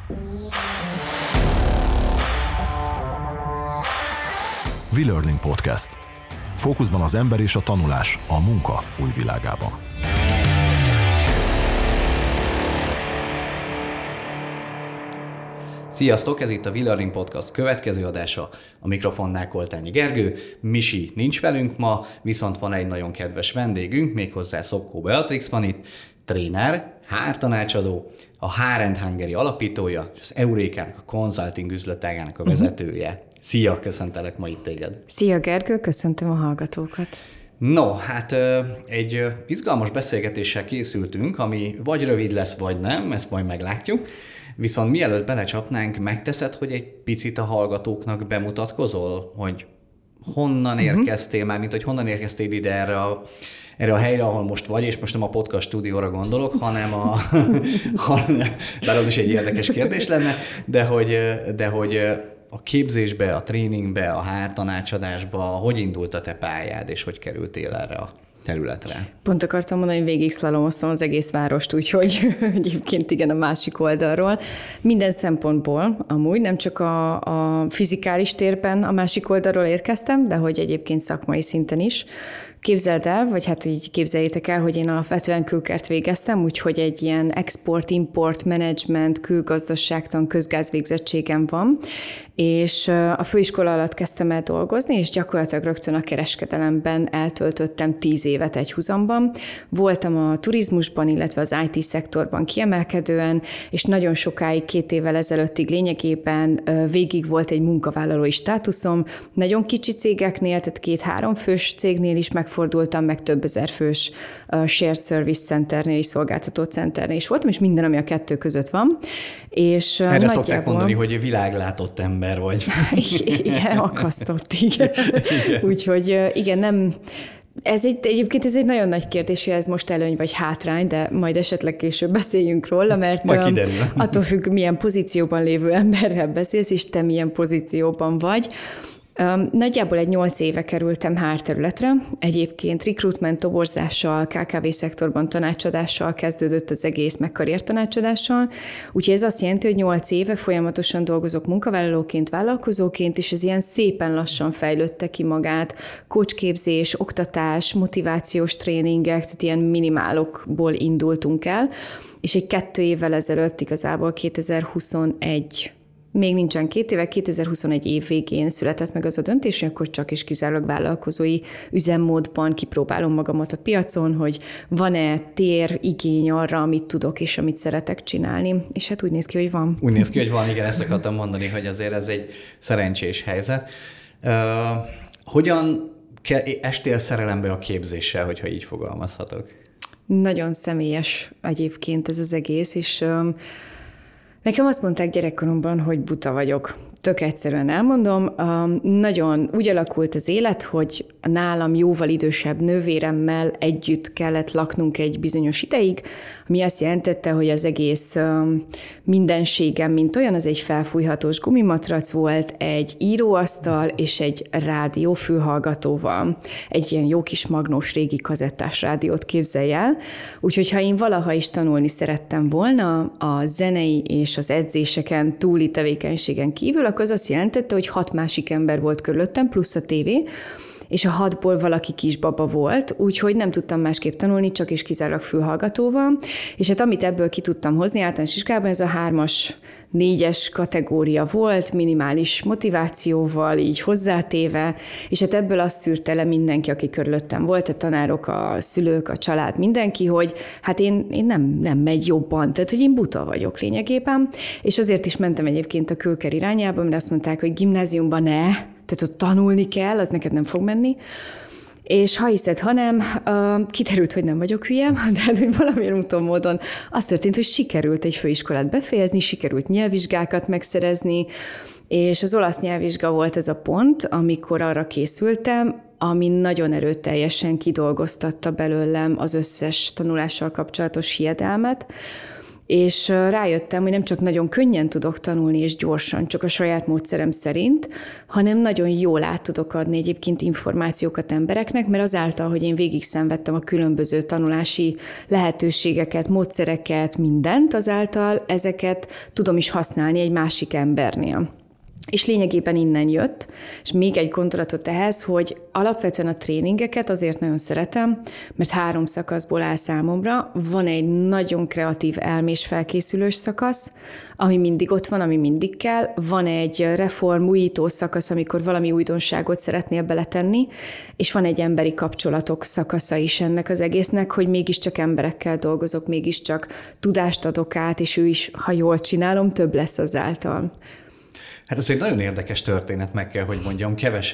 WeLearning Podcast. Fókuszban az ember és a tanulás a munka új világában. Sziasztok, ez itt a WeLearning Podcast következő adása. A mikrofonnál Koltányi Gergő, Misi nincs velünk ma, viszont van egy nagyon kedves vendégünk, méghozzá Szopkó Beatrix van itt, tréner, HR-tanácsadó, a HR & Hungary alapítója, és az Eurékának a consulting üzletágának a vezetője. Szia, köszöntelek ma itt téged. Szia Gergő, köszöntöm a hallgatókat. No, hát egy izgalmas beszélgetéssel készültünk, ami vagy rövid lesz, vagy nem, ezt majd meglátjuk. Viszont mielőtt belecsapnánk, megteszed, hogy egy picit a hallgatóknak bemutatkozol, hogy honnan érkeztél már, mint hogy honnan érkeztél ide erre a helyre, ahol most vagy, és most nem a podcast stúdióra gondolok, hanem bár az is egy érdekes kérdés lenne, de hogy a képzésbe, a tréningbe, a HR tanácsadásba, hogy indult a te pályád, és hogy kerültél erre a területre? Pont akartam mondani, hogy végig szlalomoztam az egész várost, úgyhogy egyébként igen, a másik oldalról. Minden szempontból amúgy, nem csak a fizikális térben a másik oldalról érkeztem, de hogy egyébként szakmai szinten is. Képzeld el, vagy hát így képzeljétek el, hogy én alapvetően külkert végeztem, úgyhogy egy ilyen export-import management, külgazdaságtan, közgázvégzettségem van, és a főiskola alatt kezdtem el dolgozni, és gyakorlatilag rögtön a kereskedelemben eltöltöttem 10 évet egyhuzamban. Voltam a turizmusban, illetve az IT szektorban kiemelkedően, és nagyon sokáig, 2 évvel ezelőttig lényegében végig volt egy munkavállalói státuszom. Nagyon kicsi cégeknél, tehát 2-3 fős cégnél is megfordultam, meg több ezer fős shared service centernél is, szolgáltató centernél is voltam, és minden, ami a kettő között van. És erre nagyjából szokták mondani, hogy világlátott ember vagy. Igen, akasztott, igen. Úgyhogy igen, nem... Egyébként ez egy nagyon nagy kérdés, hogy ez most előny vagy hátrány, de majd esetleg később beszéljünk róla, mert attól függ, milyen pozícióban lévő emberrel beszélsz, és te milyen pozícióban vagy. Nagyjából egy 8 éve kerültem HR területre. Egyébként recruitment toborzással, KKV szektorban tanácsadással kezdődött az egész, meg karriertanácsadással. Úgyhogy ez azt jelenti, hogy 8 éve folyamatosan dolgozok munkavállalóként, vállalkozóként, és ez ilyen szépen lassan fejlődte ki magát. Coachképzés, oktatás, motivációs tréningek, tehát ilyen minimálokból indultunk el. És egy 2 évvel ezelőtt igazából 2021 még nincsen 2 éve, 2021 év végén született meg az a döntés, hogy akkor csak és kizárólag vállalkozói üzemmódban kipróbálom magamat a piacon, hogy van-e tér, igény arra, amit tudok és amit szeretek csinálni. És hát úgy néz ki, hogy van. Úgy néz ki, hogy van, igen, ezt akartam mondani, hogy azért ez egy szerencsés helyzet. Hogyan estél szerelembe a képzéssel, hogyha így fogalmazhatok? Nagyon személyes egyébként ez az egész, és nekem azt mondták gyerekkoromban, hogy buta vagyok. Tök egyszerűen elmondom. Nagyon úgy alakult az élet, hogy nálam jóval idősebb nővéremmel együtt kellett laknunk egy bizonyos ideig, ami azt jelentette, hogy az egész mindenségem, mint olyan, az egy felfújhatós gumimatrac volt, egy íróasztal és egy rádió fülhallgatóval. Egy ilyen jó kis magnós régi kazettás rádiót képzelj el. Úgyhogy ha én valaha is tanulni szerettem volna a zenei és az edzéseken túli tevékenységen kívül, akkor az azt jelentette, hogy 6 másik ember volt körülöttem, plusz a tévé, és a 6-ból valaki kisbaba volt, úgyhogy nem tudtam másképp tanulni, csak és kizárólag fülhallgatóval. És hát amit ebből ki tudtam hozni általános iskolában, ez a 3-as, 4-es kategória volt, minimális motivációval, így hozzátéve, és hát ebből azt szűrte le mindenki, aki körülöttem volt, a tanárok, a szülők, a család, mindenki, hogy hát én nem megy jobban, tehát hogy én buta vagyok lényegében, és azért is mentem egyébként a külker irányába, mert azt mondták, hogy gimnáziumban ne, tehát ott tanulni kell, az neked nem fog menni. És ha hiszed, ha nem, kiderült, hogy nem vagyok hülye, de hogy valamilyen úton módon az történt, hogy sikerült egy főiskolát befejezni, sikerült nyelvvizsgákat megszerezni, és az olasz nyelvvizsga volt ez a pont, amikor arra készültem, ami nagyon erőteljesen kidolgoztatta belőlem az összes tanulással kapcsolatos hiedelmet, És rájöttem, hogy nem csak nagyon könnyen tudok tanulni és gyorsan, csak a saját módszerem szerint, hanem nagyon jól át tudok adni egyébként információkat embereknek, mert azáltal, hogy én végig szenvedtem a különböző tanulási lehetőségeket, módszereket, mindent, azáltal ezeket tudom is használni egy másik embernél. És lényegében innen jött, és még egy gondolatot ehhez, hogy alapvetően a tréningeket azért nagyon szeretem, mert 3 szakaszból áll számomra. Van egy nagyon kreatív elmés felkészülős szakasz, ami mindig ott van, ami mindig kell. Van egy reform újító szakasz, amikor valami újdonságot szeretnél beletenni, és van egy emberi kapcsolatok szakasza is ennek az egésznek, hogy mégiscsak emberekkel dolgozok, mégiscsak tudást adok át, és ő is, ha jól csinálom, több lesz azáltal. Hát ez egy nagyon érdekes történet, meg kell, hogy mondjam,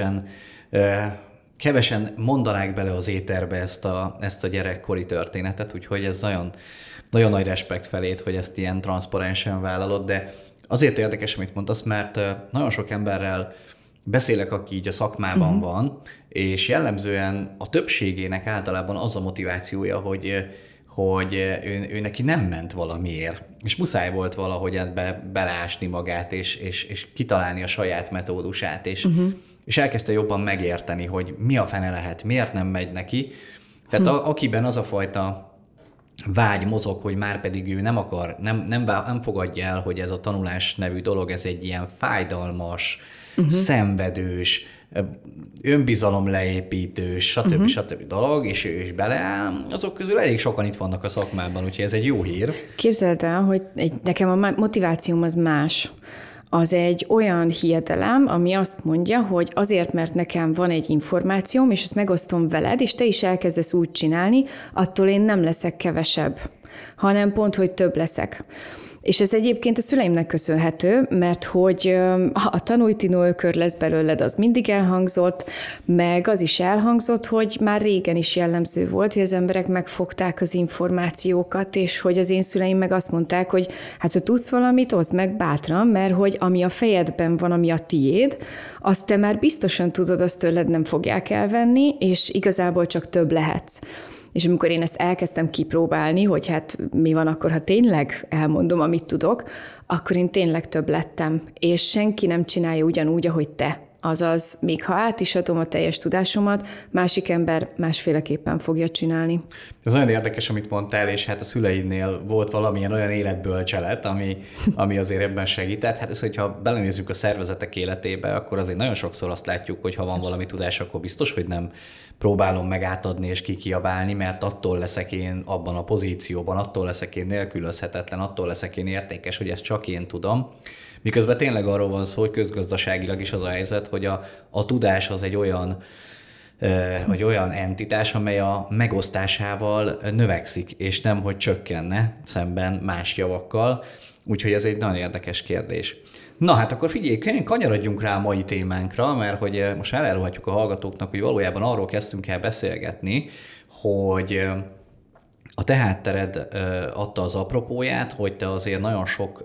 kevesen mondanák bele az éterbe ezt a gyerekkori történetet, úgyhogy ez nagyon, nagyon nagy respekt felét, hogy ezt ilyen transzparensen vállalod, de azért érdekes, amit mondasz, mert nagyon sok emberrel beszélek, aki így a szakmában van, és jellemzően a többségének általában az a motivációja, hogy ő neki nem ment valamiért, és muszáj volt valahogy ebbe beleásni magát, és kitalálni a saját metódusát, és elkezdte jobban megérteni, hogy mi a fene lehet, miért nem megy neki. Tehát akiben az a fajta vágy mozog, hogy már pedig ő nem akar, nem fogadja el, hogy ez a tanulás nevű dolog, ez egy ilyen fájdalmas, szenvedős, önbizalomleépítős, stb. Dolog, és beleáll, azok közül elég sokan itt vannak a szakmában, úgyhogy ez egy jó hír. Képzeld el, hogy nekem a motivációm az más. Az egy olyan hiedelem, ami azt mondja, hogy azért, mert nekem van egy információm, és ezt megosztom veled, és te is elkezdesz úgy csinálni, attól én nem leszek kevesebb, hanem pont, hogy több leszek. És ez egyébként a szüleimnek köszönhető, mert hogy a tanulj, tinolkör lesz belőled, az mindig elhangzott, meg az is elhangzott, hogy már régen is jellemző volt, hogy az emberek megfogták az információkat, és hogy az én szüleim meg azt mondták, hogy hát ha tudsz valamit, oszd meg bátran, mert hogy ami a fejedben van, ami a tiéd, azt te már biztosan tudod, azt tőled nem fogják elvenni, és igazából csak több lehetsz. És amikor én ezt elkezdtem kipróbálni, hogy hát mi van akkor, ha tényleg elmondom, amit tudok, akkor én tényleg több lettem. És senki nem csinálja ugyanúgy, ahogy te. Azaz, még ha át is adom a teljes tudásomat, másik ember másféleképpen fogja csinálni. Ez nagyon érdekes, amit mondtál, és hát a szüleidnél volt valamilyen olyan életbölcselet, ami azért ebben segített. Hát ez, hogyha belenézzük a szervezetek életébe, akkor azért nagyon sokszor azt látjuk, hogy ha van valami tudás, akkor biztos, hogy nem próbálom meg átadni és kikiabálni, mert attól leszek én abban a pozícióban, attól leszek én nélkülözhetetlen, attól leszek én értékes, hogy ezt csak én tudom. Miközben tényleg arról van szó, hogy közgazdaságilag is az a helyzet, hogy a tudás az egy olyan entitás, amely a megosztásával növekszik, és nem, hogy csökkenne szemben más javakkal. Úgyhogy ez egy nagyon érdekes kérdés. Na hát akkor figyelj, kanyarodjunk rá a mai témánkra, mert hogy most elárulhatjuk a hallgatóknak, hogy valójában arról kezdtünk el beszélgetni, hogy a te háttered adta az apropóját, hogy te azért nagyon sok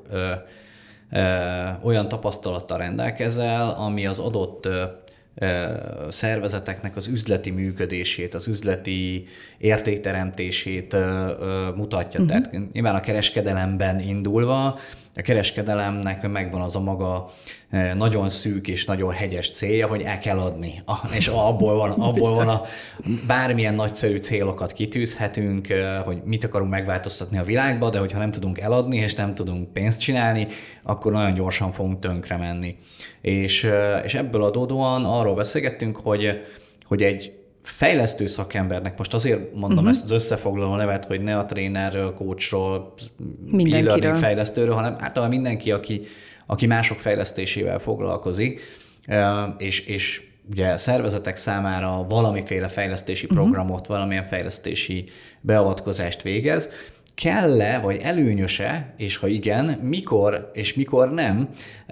olyan tapasztalattal rendelkezel, ami az adott szervezeteknek az üzleti működését, az üzleti értékteremtését mutatja. Tehát nyilván a kereskedelemben indulva, a kereskedelemnek megvan az a maga nagyon szűk és nagyon hegyes célja, hogy el kell adni. És abból van bármilyen nagyszerű célokat kitűzhetünk, hogy mit akarunk megváltoztatni a világba, de hogyha nem tudunk eladni, és nem tudunk pénzt csinálni, akkor nagyon gyorsan fogunk tönkre menni. És ebből adódóan arról beszélgettünk, hogy egy fejlesztő szakembernek, most azért mondom ezt az összefoglaló nevet, hogy ne a trénerről, coachról, e-learning fejlesztőről, hanem általában mindenki, aki mások fejlesztésével foglalkozik, és ugye szervezetek számára valamiféle fejlesztési programot, valamilyen fejlesztési beavatkozást végez, kell-e, vagy előnyöse, és ha igen, mikor és mikor nem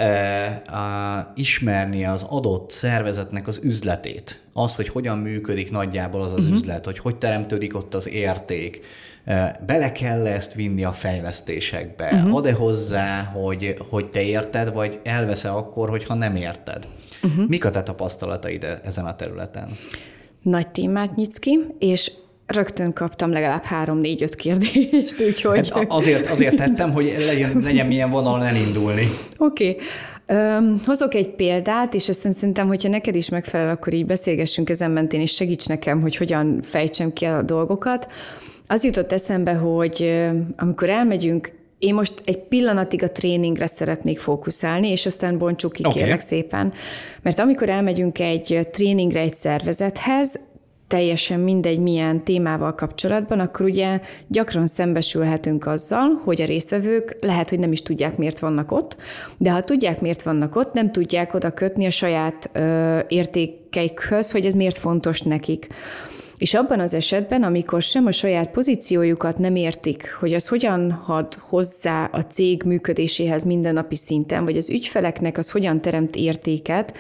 ismerni az adott szervezetnek az üzletét. Az, hogy hogyan működik nagyjából az üzlet, hogy teremtődik ott az érték. Bele kell ezt vinni a fejlesztésekbe. Ad-e hozzá, hogy te érted, vagy elvesz-e akkor, hogyha nem érted? Mik a te tapasztalataid ezen a területen? Nagy témát nyitsz ki, és rögtön kaptam legalább 3-4-5 kérdést, úgyhogy... Hát azért tettem, hogy legyen milyen vonalon elindulni. Oké. Hozok egy példát, és aztán szerintem, hogyha neked is megfelel, akkor így beszélgessünk ezen mentén, és segíts nekem, hogy hogyan fejtsem ki a dolgokat. Az jutott eszembe, hogy amikor elmegyünk, én most egy pillanatig a tréningre szeretnék fókuszálni, és aztán bontsuk ki, kérlek szépen. Mert amikor elmegyünk egy tréningre, egy szervezethez, teljesen mindegy milyen témával kapcsolatban, akkor ugye gyakran szembesülhetünk azzal, hogy a résztvevők lehet, hogy nem is tudják, miért vannak ott, de ha tudják, miért vannak ott, nem tudják oda kötni a saját értékeikhöz, hogy ez miért fontos nekik. És abban az esetben, amikor sem a saját pozíciójukat nem értik, hogy az hogyan had hozzá a cég működéséhez mindennapi szinten, vagy az ügyfeleknek az hogyan teremt értéket,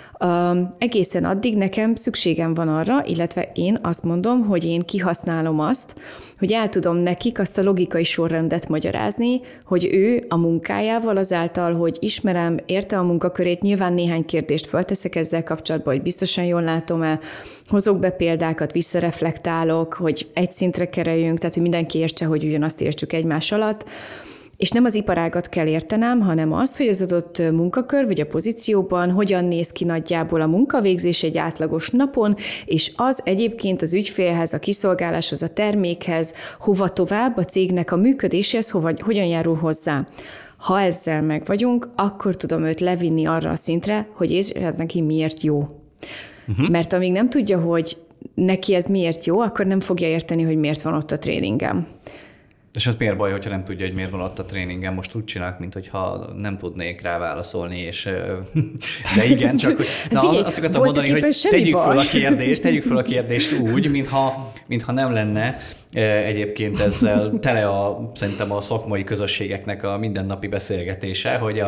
egészen addig nekem szükségem van arra, illetve én azt mondom, hogy én kihasználom azt, hogy el tudom nekik azt a logikai sorrendet magyarázni, hogy ő a munkájával azáltal, hogy ismerem, érte a munkakörét, nyilván néhány kérdést fölteszek ezzel kapcsolatban, hogy biztosan jól látom-e, hozok be példákat, visszareflektálok, hogy egy szintre kereljünk, tehát hogy mindenki értse, hogy ugyanazt értsük egymás alatt. És nem az iparágat kell értenem, hanem azt, hogy az adott munkakör vagy a pozícióban hogyan néz ki nagyjából a munkavégzés egy átlagos napon, és az egyébként az ügyfélhez, a kiszolgáláshoz, a termékhez, hova tovább, a cégnek a működéséhez, hogyan járul hozzá. Ha ezzel meg vagyunk, akkor tudom őt levinni arra a szintre, hogy értsd neki miért jó. Mert amíg nem tudja, hogy neki ez miért jó, akkor nem fogja érteni, hogy miért van ott a tréningem. És az miért baj, hogyha nem tudja, hogy miért van ott a tréningen? Most úgy csinálok, mintha nem tudnék rá válaszolni, és de igen, csak hogy azt akartam mondani, hogy tegyük fel a kérdést úgy, mintha nem lenne egyébként ezzel tele szerintem a szakmai közösségeknek a mindennapi beszélgetése, hogy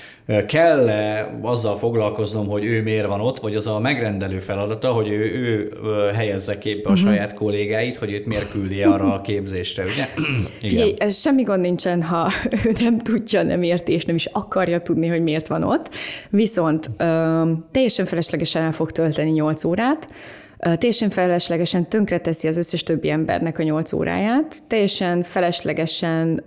kell-e azzal foglalkoznom, hogy ő miért van ott, vagy az a megrendelő feladata, hogy ő helyezze képbe a saját kollégáit, hogy őt miért küldi arra a képzésre, ugye? Figyelj, semmi gond nincsen, ha ő nem tudja, nem érti, és nem is akarja tudni, hogy miért van ott. Viszont teljesen feleslegesen el fog tölteni 8 órát, teljesen feleslegesen tönkreteszi az összes többi embernek a 8 óráját, teljesen feleslegesen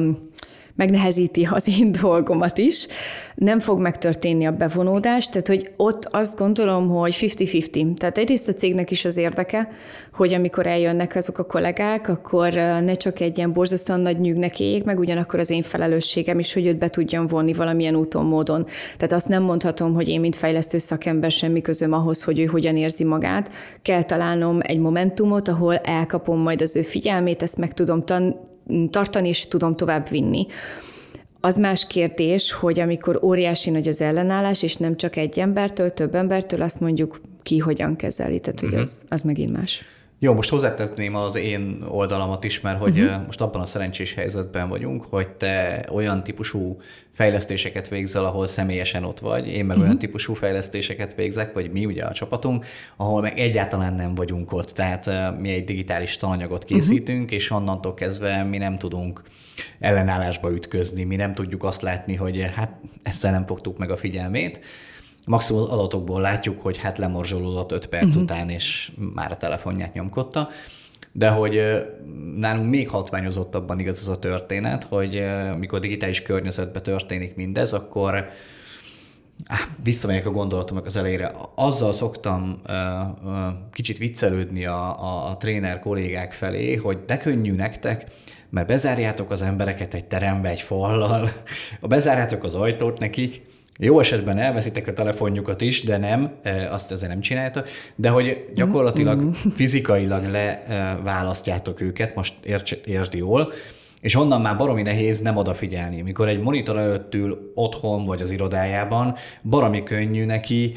megnehezíti az én dolgomat is, nem fog megtörténni a bevonódás, tehát hogy ott azt gondolom, hogy 50-50. Tehát egyrészt a cégnek is az érdeke, hogy amikor eljönnek azok a kollégák, akkor ne csak egy ilyen borzasztóan nagy nyűgnek éljék, meg ugyanakkor az én felelősségem is, hogy őt be tudjam vonni valamilyen úton, módon. Tehát azt nem mondhatom, hogy én, mint fejlesztő szakember, semmi közöm ahhoz, hogy ő hogyan érzi magát. Kell találnom egy momentumot, ahol elkapom majd az ő figyelmét, ezt meg tudom tartani, és tudom tovább vinni. Az más kérdés, hogy amikor óriási nagy az ellenállás, és nem csak egy embertől, több embertől, azt mondjuk ki hogyan kezeli, tehát hogy az megint más. Jó, most hozzátenném az én oldalamat is, mert hogy most abban a szerencsés helyzetben vagyunk, hogy te olyan típusú fejlesztéseket végzel, ahol személyesen ott vagy, én meg olyan típusú fejlesztéseket végzek, vagy mi ugye a csapatunk, ahol meg egyáltalán nem vagyunk ott. Tehát mi egy digitális tananyagot készítünk, és onnantól kezdve mi nem tudunk ellenállásba ütközni, mi nem tudjuk azt látni, hogy hát ezzel nem fogtuk meg a figyelmét. Maximum adatokból látjuk, hogy hát lemorzsolódott 5 perc után, és már a telefonját nyomkodta. De hogy nálunk még hatványozottabban igaz az a történet, hogy mikor digitális környezetben történik mindez, akkor visszamegyek a gondolatomnak az elejére. Azzal szoktam kicsit viccelődni a tréner kollégák felé, hogy de könnyű nektek, mert bezárjátok az embereket egy terembe egy fallal, bezárjátok az ajtót nekik, jó esetben elveszitek a telefonjukat is, de nem, azt ezzel nem csináljátok, de hogy gyakorlatilag fizikailag leválasztjátok őket, most értsd jól, és onnan már baromi nehéz nem odafigyelni. Mikor egy monitor előtt ül otthon vagy az irodájában, baromi könnyű neki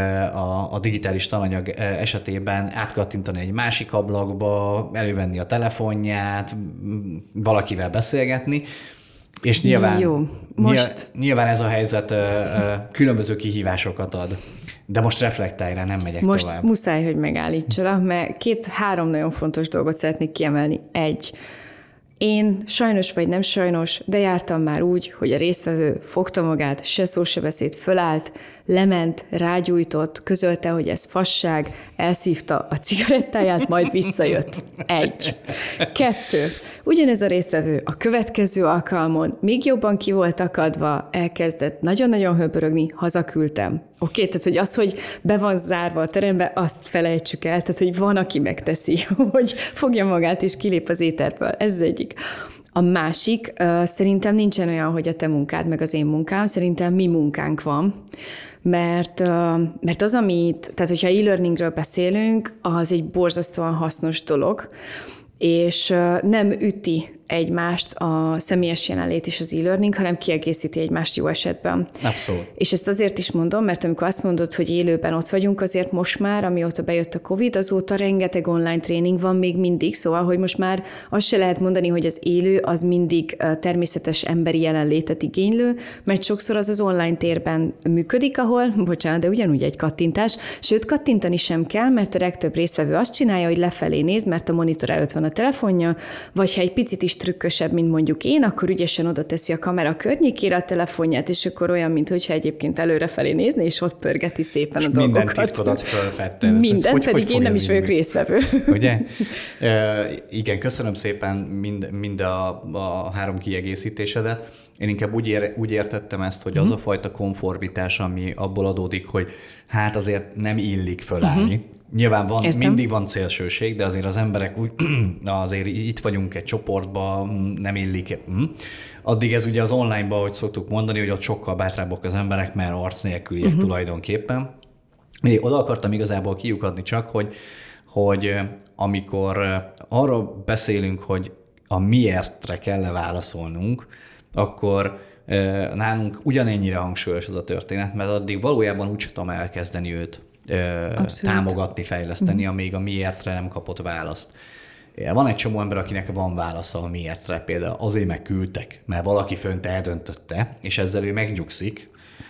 a digitális tananyag esetében átkattintani egy másik ablakba, elővenni a telefonját, valakivel beszélgetni, és nyilván ez a helyzet különböző kihívásokat ad. De most reflektálj rá, nem megyek most tovább. Most muszáj, hogy megállítsalak, mert 2-3 nagyon fontos dolgot szeretnék kiemelni. 1. Én sajnos vagy nem sajnos, de jártam már úgy, hogy a résztvevő fogta magát, se szó se beszéd, fölállt, lement, rágyújtott, közölte, hogy ez fasság, elszívta a cigarettáját, majd visszajött. 1. 2. Ugyanez a résztvevő a következő alkalmon még jobban ki volt akadva, elkezdett nagyon-nagyon höbörögni, hazaküldtem. Oké, tehát hogy az, hogy be van zárva a terembe, azt felejtsük el, tehát hogy van, aki megteszi, hogy fogja magát és kilép az éterből. Ez az egyik. A másik, szerintem nincsen olyan, hogy a te munkád meg az én munkám, szerintem mi munkánk van, mert az, tehát hogyha e-learningről beszélünk, az egy borzasztóan hasznos dolog, és nem üti egymást a személyes jelenlét és az e-learning, hanem kiegészíti egymást jó esetben. Abszolút. És ezt azért is mondom, mert amikor azt mondod, hogy élőben ott vagyunk, azért most már, amióta bejött a Covid, azóta rengeteg online tréning van még mindig, szóval, hogy most már azt se lehet mondani, hogy az élő az mindig természetes emberi jelenlétet igénylő, mert sokszor az online térben működik, ahol, bocsánat, de ugyanúgy egy kattintás, sőt, kattintani sem kell, mert a legtöbb résztvevő azt csinálja, hogy lefelé néz, mert a monitor előtt van a telefonja, vagy ha egy picit is trükkösebb, mint mondjuk én, akkor ügyesen oda teszi a kamera környékére a telefonját, és akkor olyan, mintha egyébként előrefelé nézne, és ott pörgeti szépen és a dolgokat. Minden titkodat felfedted. Minden, pedig én nem is vagyok résztvevő. Ugye? Igen, köszönöm szépen mind a 3 kiegészítésedet. Én inkább úgy értettem ezt, hogy az a fajta konformitás, ami abból adódik, hogy hát azért nem illik fölállni. Nyilván mindig van célsőség, de azért az emberek úgy, azért itt vagyunk egy csoportban, nem illik. Addig ez ugye az online-ban, hogy szoktuk mondani, hogy ott sokkal bátrábbak az emberek, mert arc nélküliek tulajdonképpen. Én oda akartam igazából kiukadni csak, hogy amikor arra beszélünk, hogy a miértre kell válaszolnunk, akkor nálunk ugyanennyire hangsúlyos ez a történet, mert addig valójában úgy tudom elkezdeni őt támogatni, fejleszteni, amíg a miértre nem kapott választ. Van egy csomó ember, akinek van válasza a miértre, például azért megküldtek, mert valaki fönt eldöntötte, és ezzel ő megnyugszik,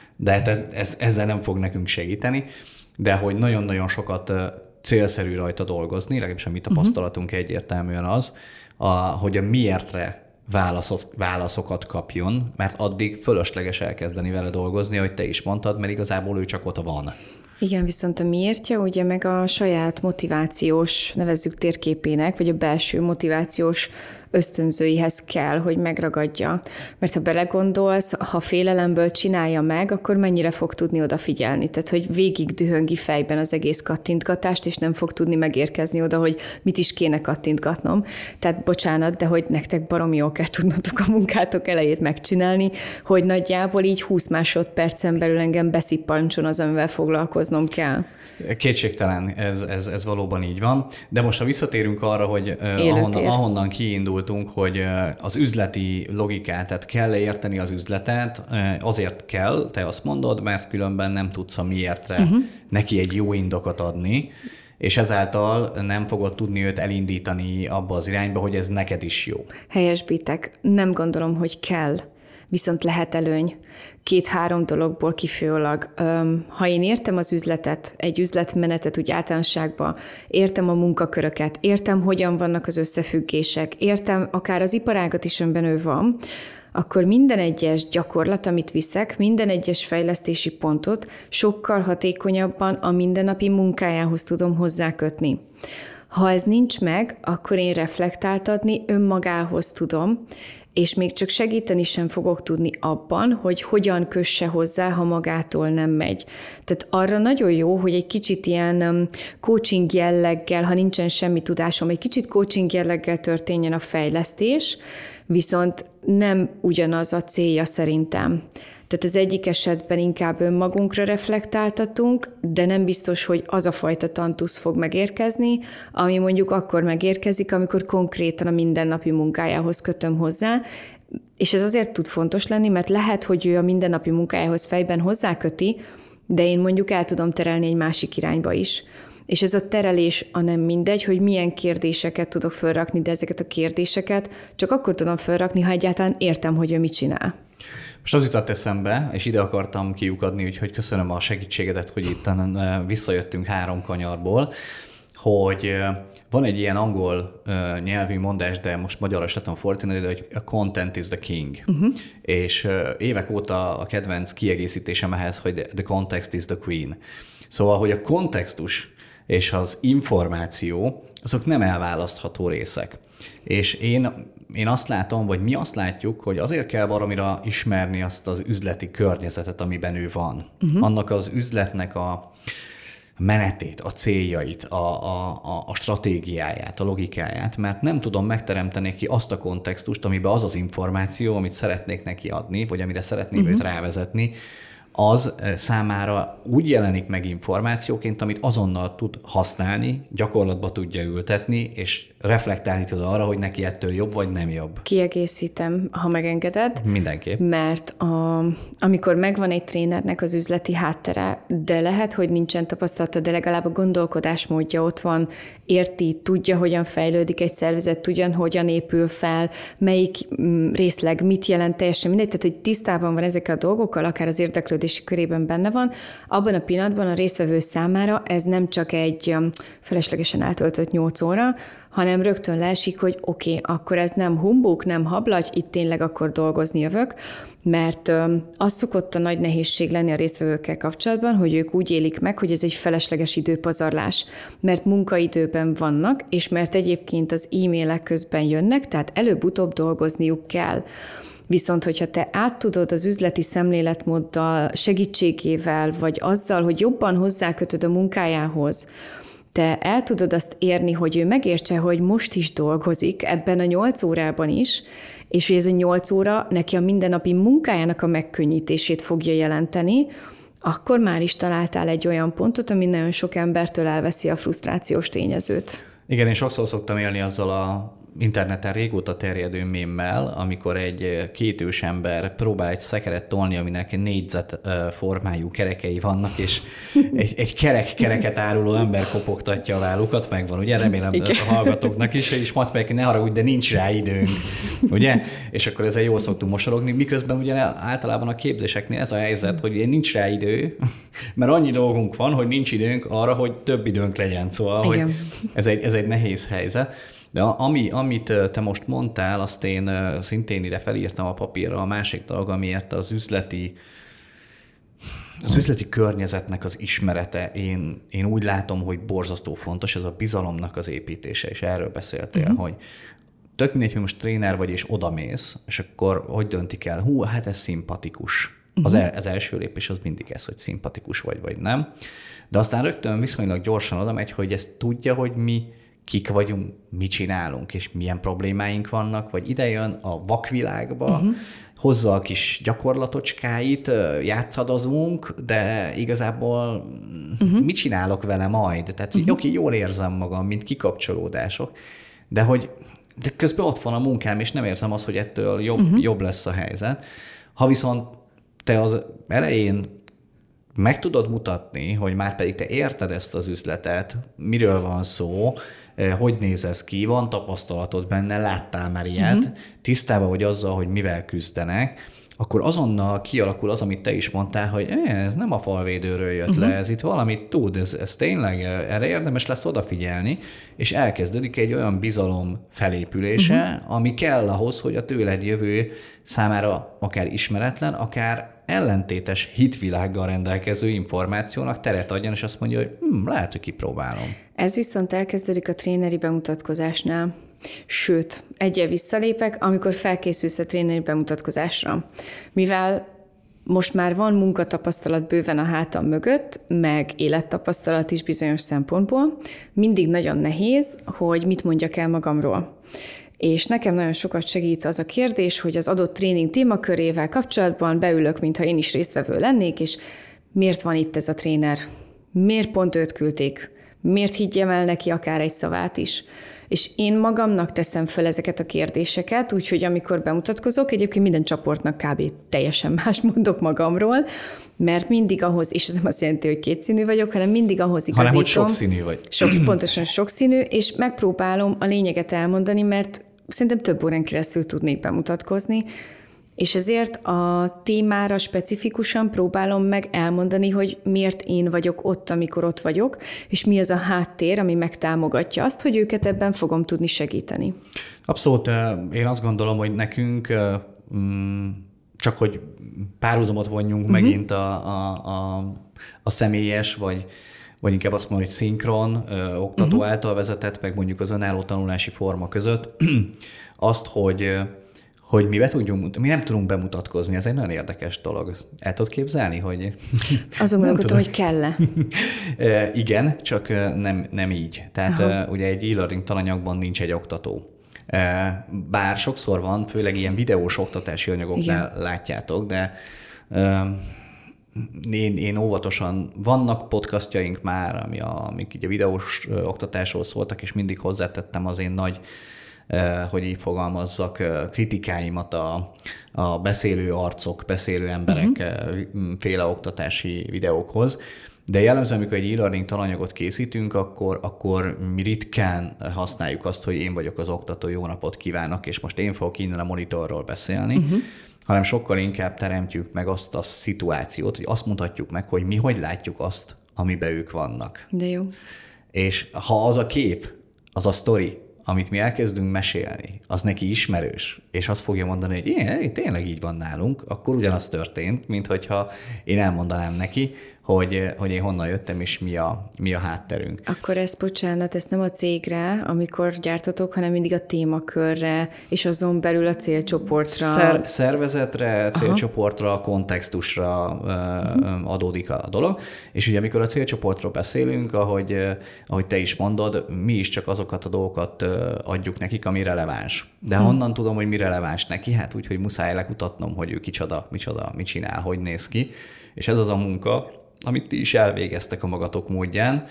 de ezzel nem fog nekünk segíteni, de hogy nagyon-nagyon sokat célszerű rajta dolgozni, legalábbis a mi tapasztalatunk egyértelműen az, hogy a miértre válaszokat kapjon, mert addig fölösleges elkezdeni vele dolgozni, ahogy te is mondtad, mert igazából ő csak ott van. Igen, viszont a miértje ugye meg a saját motivációs, nevezzük térképének, vagy a belső motivációs ösztönzőihez kell, hogy megragadja. Mert ha belegondolsz, ha félelemből csinálja meg, akkor mennyire fog tudni odafigyelni. Tehát, hogy végig dühöngi fejben az egész kattintgatást, és nem fog tudni megérkezni oda, hogy mit is kéne kattintgatnom. Tehát bocsánat, de hogy nektek baromi jól kell tudnotok a munkátok elejét megcsinálni, hogy nagyjából így 20 másodpercen belül engem beszippancson az, amivel foglalkoznom kell. Kétségtelen, ez valóban így van. De most ha visszatérünk arra, hogy ahonnan kiindultunk, hogy az üzleti logikát, tehát kell érteni az üzletet, azért kell, te azt mondod, mert különben nem tudsz a miértre neki egy jó indokot adni, és ezáltal nem fogod tudni őt elindítani abba az irányba, hogy ez neked is jó. Helyesbítek. Nem gondolom, hogy kell. Viszont lehet előny. 2-3 dologból kifolyólag. Ha én értem az üzletet, egy üzletmenetet úgy általánosságban, értem a munkaköröket, értem, hogyan vannak az összefüggések, értem akár az iparágat is, amiben ő van, akkor minden egyes gyakorlat, amit viszek, minden egyes fejlesztési pontot sokkal hatékonyabban a mindennapi munkájához tudom hozzákötni. Ha ez nincs meg, akkor én reflektáltatni önmagához tudom, és még csak segíteni sem fogok tudni abban, hogy hogyan kösse hozzá, ha magától nem megy. Tehát arra nagyon jó, hogy egy kicsit ilyen coaching jelleggel, ha nincsen semmi tudásom, egy kicsit coaching jelleggel történjen a fejlesztés, viszont nem ugyanaz a célja szerintem. Tehát az egyik esetben inkább önmagunkra reflektáltatunk, de nem biztos, hogy az a fajta tantusz fog megérkezni, ami mondjuk akkor megérkezik, amikor konkrétan a mindennapi munkájához kötöm hozzá, és ez azért tud fontos lenni, mert lehet, hogy ő a mindennapi munkájához fejben hozzáköti, de én mondjuk el tudom terelni egy másik irányba is. És ez a terelés a nem mindegy, hogy milyen kérdéseket tudok felrakni, de ezeket a kérdéseket csak akkor tudom felrakni, ha egyáltalán értem, hogy ő mit csinál. Most az jutott eszembe, és ide akartam kiukadni, úgyhogy köszönöm a segítségedet, hogy itt visszajöttünk 3 kanyarból, hogy Van egy ilyen angol nyelvű mondás, de most magyarra is tudom fordítani, hogy a content is the king. És évek óta a kedvenc kiegészítésem ehhez, hogy the context is the queen. Szóval, hogy a kontextus és az információ, azok nem elválasztható részek. És én azt látom, vagy mi azt látjuk, hogy azért kell baromira ismerni azt az üzleti környezetet, amiben ő van. Annak az üzletnek a menetét, a céljait, a stratégiáját, a logikáját, mert nem tudom megteremteni ki azt a kontextust, amiben az az információ, amit szeretnék neki adni, vagy amire szeretném őt rávezetni, az számára úgy jelenik meg információként, amit azonnal tud használni, gyakorlatba tudja ültetni, és reflektálni tud arra, hogy neki ettől jobb, vagy nem jobb. Kiegészítem, ha megengeded. Mindenképp. Mert amikor megvan egy trénernek az üzleti háttere, de lehet, hogy nincsen tapasztalata, de legalább a gondolkodásmódja ott van, érti, tudja, hogyan fejlődik egy szervezet, tudja, hogyan épül fel, melyik részleg mit jelent, teljesen mindegy, tehát hogy tisztában van ezekkel a dolgokkal, akár az érdeklődési körében benne van, abban a pillanatban a résztvevő számára ez nem csak egy feleslegesen eltöltött 8 óra, hanem rögtön leesik, hogy oké, akkor ez nem humbug, nem hablagy, itt tényleg akkor dolgozni jövök, mert az szokott a nagy nehézség lenni a résztvevőkkel kapcsolatban, hogy ők úgy élik meg, hogy ez egy felesleges időpazarlás, mert munkaidőben vannak, és mert egyébként az e-mailek közben jönnek, tehát előbb-utóbb dolgozniuk kell. Viszont, hogyha te átudod az üzleti szemléletmóddal, segítségével, vagy azzal, hogy jobban hozzákötöd a munkájához, te el tudod azt érni, hogy ő megértse, hogy most is dolgozik, ebben a 8 órában is, és hogy ez a 8 óra neki a mindennapi munkájának a megkönnyítését fogja jelenteni, akkor már is találtál egy olyan pontot, ami nagyon sok embertől elveszi a frusztrációs tényezőt. Igen, én sokszor szoktam élni azzal a interneten régóta terjedő mémmel, amikor egy kétős ember próbál egy szekeret tolni, aminek négyzet formájú kerekei vannak, és egy kereket áruló ember kopogtatja a vállukat, megvan, ugye? Remélem a hallgatóknak is, és majd meg ne haragudj, de nincs rá időnk, ugye? És akkor ezzel jól szoktunk mosologni, miközben ugye általában a képzéseknél ez a helyzet, hogy nincs rá idő, mert annyi dolgunk van, hogy nincs időnk arra, hogy több időnk legyen, szóval hogy ez egy nehéz helyzet. De amit te most mondtál, azt én szintén ide felírtam a papírra. A másik dolog, amiért az üzleti környezetnek az ismerete, én úgy látom, hogy borzasztó fontos, ez a bizalomnak az építése, és erről beszéltél, hogy tök mindegy, hogy most tréner vagy, és odamész, és akkor hogy döntik el? Hát ez szimpatikus. Az első lépés az mindig ez, hogy szimpatikus vagy nem. De aztán rögtön viszonylag gyorsan oda megy, hogy ezt tudja, hogy mi kik vagyunk, mit csinálunk, és milyen problémáink vannak, vagy idejön a vakvilágba, hozza a kis gyakorlatocskáit, játszadozunk, de igazából mit csinálok vele majd? Tehát, oké, jól érzem magam, mint kikapcsolódások, de közben ott van a munkám, és nem érzem azt, hogy ettől jobb lesz a helyzet. Ha viszont te az elején meg tudod mutatni, hogy már pedig te érted ezt az üzletet, miről van szó, hogy néz ez ki, van tapasztalatod benne, láttál már ilyet, tisztában vagy azzal, hogy mivel küzdenek, akkor azonnal kialakul az, amit te is mondtál, hogy ez nem a falvédőről jött le, ez itt valamit tud, ez tényleg, erre érdemes lesz odafigyelni, és elkezdődik egy olyan bizalom felépülése, ami kell ahhoz, hogy a tőled jövő számára akár ismeretlen, akár ellentétes hitvilággal rendelkező információnak teret adjon, és azt mondja, hogy lehet, hogy kipróbálom. Ez viszont elkezdődik a tréneri bemutatkozásnál. Sőt, egyel visszalépek, amikor felkészülsz a tréneri bemutatkozásra. Mivel most már van munkatapasztalat bőven a hátam mögött, meg élettapasztalat is bizonyos szempontból, mindig nagyon nehéz, hogy mit mondjak el magamról. És nekem nagyon sokat segít az a kérdés, hogy az adott tréning témakörével kapcsolatban beülök, mintha én is résztvevő lennék, és miért van itt ez a tréner? Miért pont őt küldték? Miért higgyem el neki akár egy szavát is? És én magamnak teszem fel ezeket a kérdéseket, úgyhogy amikor bemutatkozok, egyébként minden csoportnak kb. Teljesen más mondok magamról, mert mindig ahhoz, és ez nem azt jelenti, hogy kétszínű vagyok, hanem mindig ahhoz igazítom. Hanem, hogy sokszínű vagy. Pontosan sokszínű, és megpróbálom a lényeget elmondani, mert szerintem több órán keresztül tudnék bemutatkozni, És ezért a témára specifikusan próbálom meg elmondani, hogy miért én vagyok ott, amikor ott vagyok, és mi az a háttér, ami megtámogatja azt, hogy őket ebben fogom tudni segíteni. Abszolút. Én azt gondolom, hogy nekünk csak hogy párhuzamot vonjunk megint a személyes, vagy inkább azt mondom, hogy szinkron oktató által vezetett, meg mondjuk az önálló tanulási forma között, azt, hogy mi nem tudunk bemutatkozni, ez egy nagyon érdekes dolog. El tudod képzelni, hogy... Azon gondolkodtam, hogy kell-e. Igen, csak nem így. Tehát ugye egy e-learning tananyagban nincs egy oktató. Bár sokszor van, főleg ilyen videós oktatási anyagoknál látjátok, de én óvatosan, vannak podcastjaink már, amik így a videós oktatásról szóltak, és mindig hozzátettem az én nagy, hogy így fogalmazzak, kritikáimat a beszélő arcok, beszélő emberek féle oktatási videókhoz. De jellemzően, amikor egy e-learning tananyagot készítünk, akkor mi ritkán használjuk azt, hogy én vagyok az oktató, jó napot kívánok, és most én fogok innen a monitorról beszélni, hanem sokkal inkább teremtjük meg azt a szituációt, hogy azt mutatjuk meg, hogy mi hogy látjuk azt, amiben ők vannak. De jó. És ha az a kép, az a sztori, amit mi elkezdünk mesélni, az neki ismerős, és azt fogja mondani, hogy igen, tényleg így van nálunk, akkor ugyanaz történt, mint hogyha én elmondanám neki, hogy én honnan jöttem, és mi a hátterünk. Akkor bocsánat, ezt nem a cégre, amikor gyártotok, hanem mindig a témakörre, és azon belül a célcsoportra. Szervezetre, célcsoportra, kontextusra adódik a dolog, és ugye amikor a célcsoportról beszélünk, ahogy te is mondod, mi is csak azokat a dolgokat adjuk nekik, ami releváns. De honnan tudom, hogy mi releváns neki? Hát úgy, hogy muszáj lekutatnom, hogy ő kicsoda, mit csinál, hogy néz ki, és ez az a munka, amit ti is elvégeztek a magatok módján,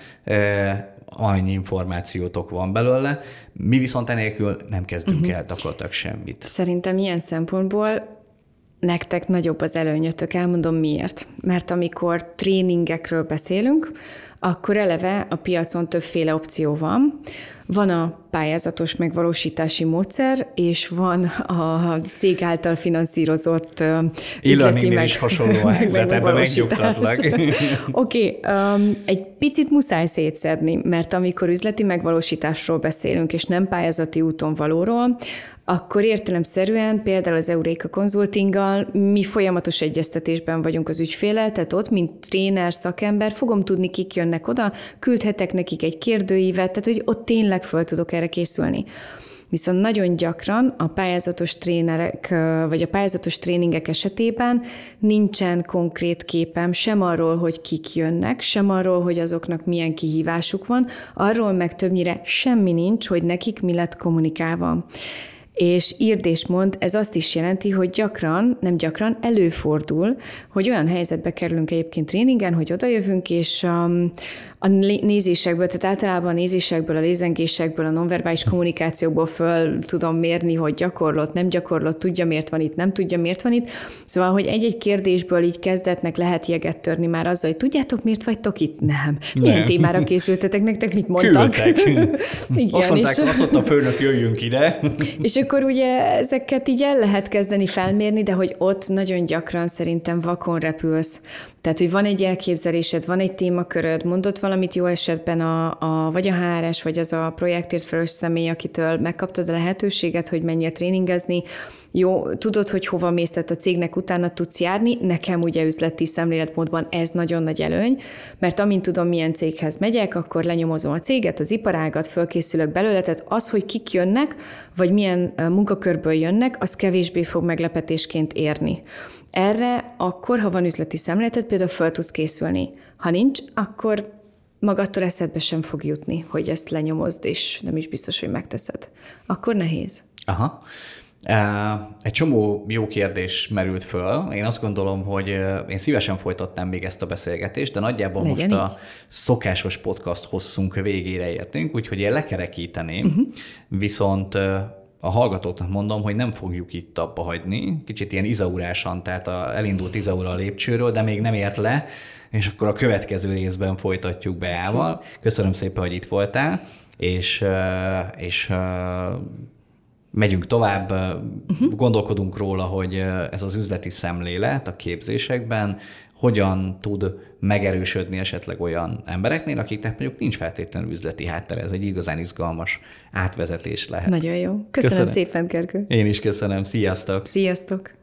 annyi információtok van belőle, mi viszont enélkül nem kezdünk el gyakorlatilag semmit. Szerintem ilyen szempontból nektek nagyobb az előnyötök, elmondom miért. Mert amikor tréningekről beszélünk, akkor eleve a piacon többféle opció van. Van a pályázatos megvalósítási módszer, és van a cég által finanszírozott e-learningnél is hasonló a helyzet, ebben megnyugtatlak. Oké, egy picit muszáj szétszedni, mert amikor üzleti megvalósításról beszélünk, és nem pályázati úton valóról, akkor értelemszerűen például az Euréka Consultinggal mi folyamatos egyeztetésben vagyunk az ügyféllel, tehát ott, mint tréner, szakember, fogom tudni, kik jönnek oda, küldhetek nekik egy kérdőívet, tehát hogy ott tényleg föl tudok erre készülni. Viszont nagyon gyakran a pályázatos trénerek, vagy a pályázatos tréningek esetében nincsen konkrét képem sem arról, hogy kik jönnek, sem arról, hogy azoknak milyen kihívásuk van, arról meg többnyire semmi nincs, hogy nekik mi lett kommunikálva. És írd és mond, ez azt is jelenti, hogy nem gyakran előfordul, hogy olyan helyzetbe kerülünk egyébként tréningen, hogy odajövünk, és a nézésekből, tehát általában a nézésekből, a lézengésekből, a nonverbális kommunikációból föl tudom mérni, hogy gyakorlott, nem gyakorlott, tudja miért van itt, nem tudja miért van itt. Szóval, hogy egy-egy kérdésből így kezdetnek lehet jeget törni már azzal, hogy tudjátok miért vagytok itt? Nem. Milyen témára készültetek, nektek mit mondtak? Küldtek. Igen, azt mondta a főnök, jöjjünk ide. És akkor ugye ezeket így el lehet kezdeni felmérni, de hogy ott nagyon gyakran szerintem vakon repülsz. Tehát, hogy van egy elképzelésed, van egy témaköröd, mondott valamit jó esetben vagy a HRS, vagy az a projektért felelős személy, akitől megkaptad a lehetőséget, hogy menjél tréningezni, jó, tudod, hogy hova mész, tehát a cégnek utána tudsz járni, nekem ugye üzleti szemléletmódban ez nagyon nagy előny, mert amint tudom, milyen céghez megyek, akkor lenyomozom a céget, az iparágat, fölkészülök belőle, tehát az, hogy kik jönnek, vagy milyen munkakörből jönnek, az kevésbé fog meglepetésként érni. Erre akkor, ha van üzleti szemléleted, például föl tudsz készülni. Ha nincs, akkor magadtól eszedbe sem fog jutni, hogy ezt lenyomozd, és nem is biztos, hogy megteszed. Akkor nehéz. Aha. Egy csomó jó kérdés merült föl. Én azt gondolom, hogy én szívesen folytatnám még ezt a beszélgetést, de nagyjából legyen most így. A szokásos podcast hosszunk végére értünk, úgyhogy én lekerekíteném, viszont a hallgatóknak mondom, hogy nem fogjuk itt abba hagyni, kicsit ilyen izaurásan, tehát elindult Izaura a lépcsőről, de még nem ért le, és akkor a következő részben folytatjuk Beával. Köszönöm szépen, hogy itt voltál, és megyünk tovább, gondolkodunk róla, hogy ez az üzleti szemlélet a képzésekben hogyan tud megerősödni esetleg olyan embereknél, akiknek mondjuk nincs feltétlenül üzleti háttere. Ez egy igazán izgalmas átvezetés lehet. Nagyon jó. Köszönöm szépen, Gergő. Én is köszönöm. Sziasztok! Sziasztok!